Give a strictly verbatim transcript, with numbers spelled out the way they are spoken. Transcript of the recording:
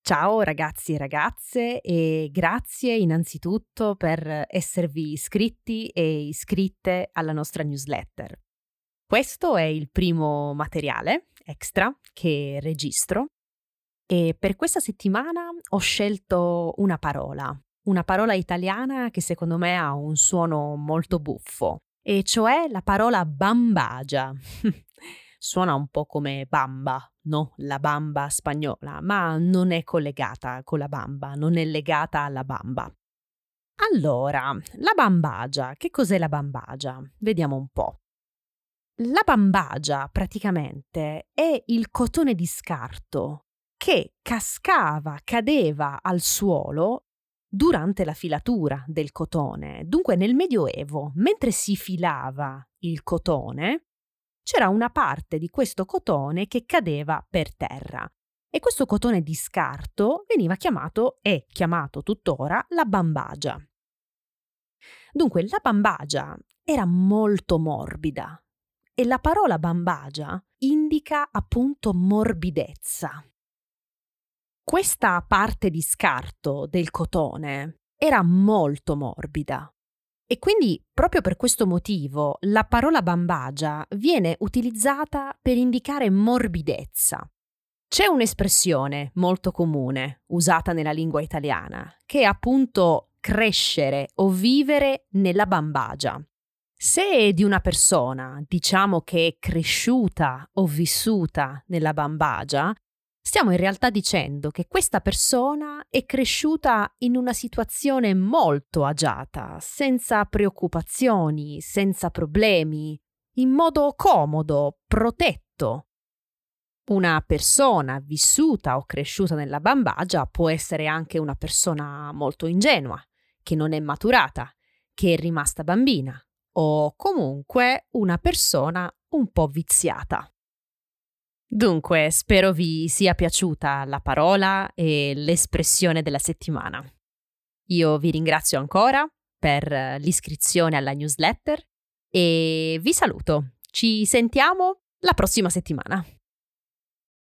Ciao ragazzi e ragazze e grazie innanzitutto per esservi iscritti e iscritte alla nostra newsletter. Questo è il primo materiale extra che registro e per questa settimana ho scelto una parola, una parola italiana che secondo me ha un suono molto buffo, e cioè la parola bambagia. Suona un po' come bamba, no? La bamba spagnola, ma non è collegata con la bamba, non è legata alla bamba. Allora, la bambagia, che cos'è la bambagia? Vediamo un po'. La bambagia praticamente è il cotone di scarto che cascava, cadeva al suolo durante la filatura del cotone. Dunque nel Medioevo, mentre si filava il cotone, c'era una parte di questo cotone che cadeva per terra e questo cotone di scarto veniva chiamato, è chiamato tuttora, la bambagia. Dunque la bambagia era molto morbida e la parola bambagia indica appunto morbidezza. Questa parte di scarto del cotone era molto morbida. E quindi, proprio per questo motivo, la parola bambagia viene utilizzata per indicare morbidezza. C'è un'espressione molto comune, usata nella lingua italiana, che è appunto crescere o vivere nella bambagia. Se è di una persona, diciamo che è cresciuta o vissuta nella bambagia, stiamo in realtà dicendo che questa persona è cresciuta in una situazione molto agiata, senza preoccupazioni, senza problemi, in modo comodo, protetto. Una persona vissuta o cresciuta nella bambagia può essere anche una persona molto ingenua, che non è maturata, che è rimasta bambina, o comunque una persona un po' viziata. Dunque, spero vi sia piaciuta la parola e l'espressione della settimana. Io vi ringrazio ancora per l'iscrizione alla newsletter e vi saluto. Ci sentiamo la prossima settimana.